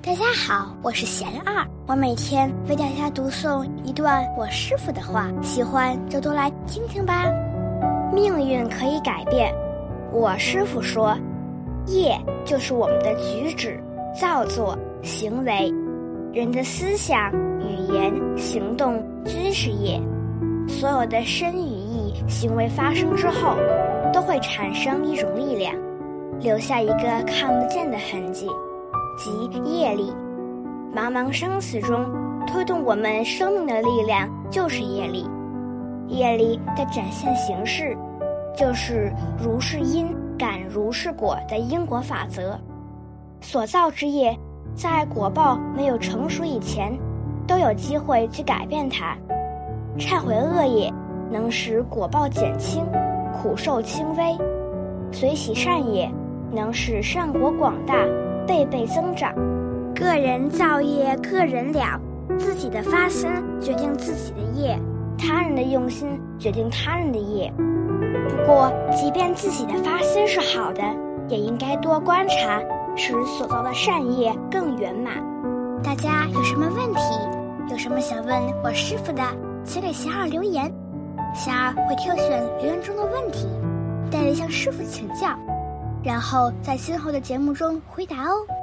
大家好，我是贤二，我每天为大家读诵一段我师父的话，喜欢就多来听听吧。命运可以改变，我师父说，业就是我们的举止、造作、行为，人的思想、语言、行动均是业。所有的身语意行为发生之后，都会产生一种力量，留下一个看不见的痕迹，即业力。茫茫生死中，推动我们生命的力量就是业力。业力的展现形式，就是如是因感如是果的因果法则。所造之业，在果报没有成熟以前，都有机会去改变它。忏悔恶业，能使果报减轻，苦受轻微；随喜善业，能使善果广大，倍倍增长。个人造业，个人了，自己的发心决定自己的业，他人的用心决定他人的业。不过，即便自己的发心是好的，也应该多观察，使所造的善业更圆满。大家有什么问题，有什么想问我师父的，请给贤二留言，贤二会挑选留言中的问题，带着向师父请教，然后在今后的节目中回答哦。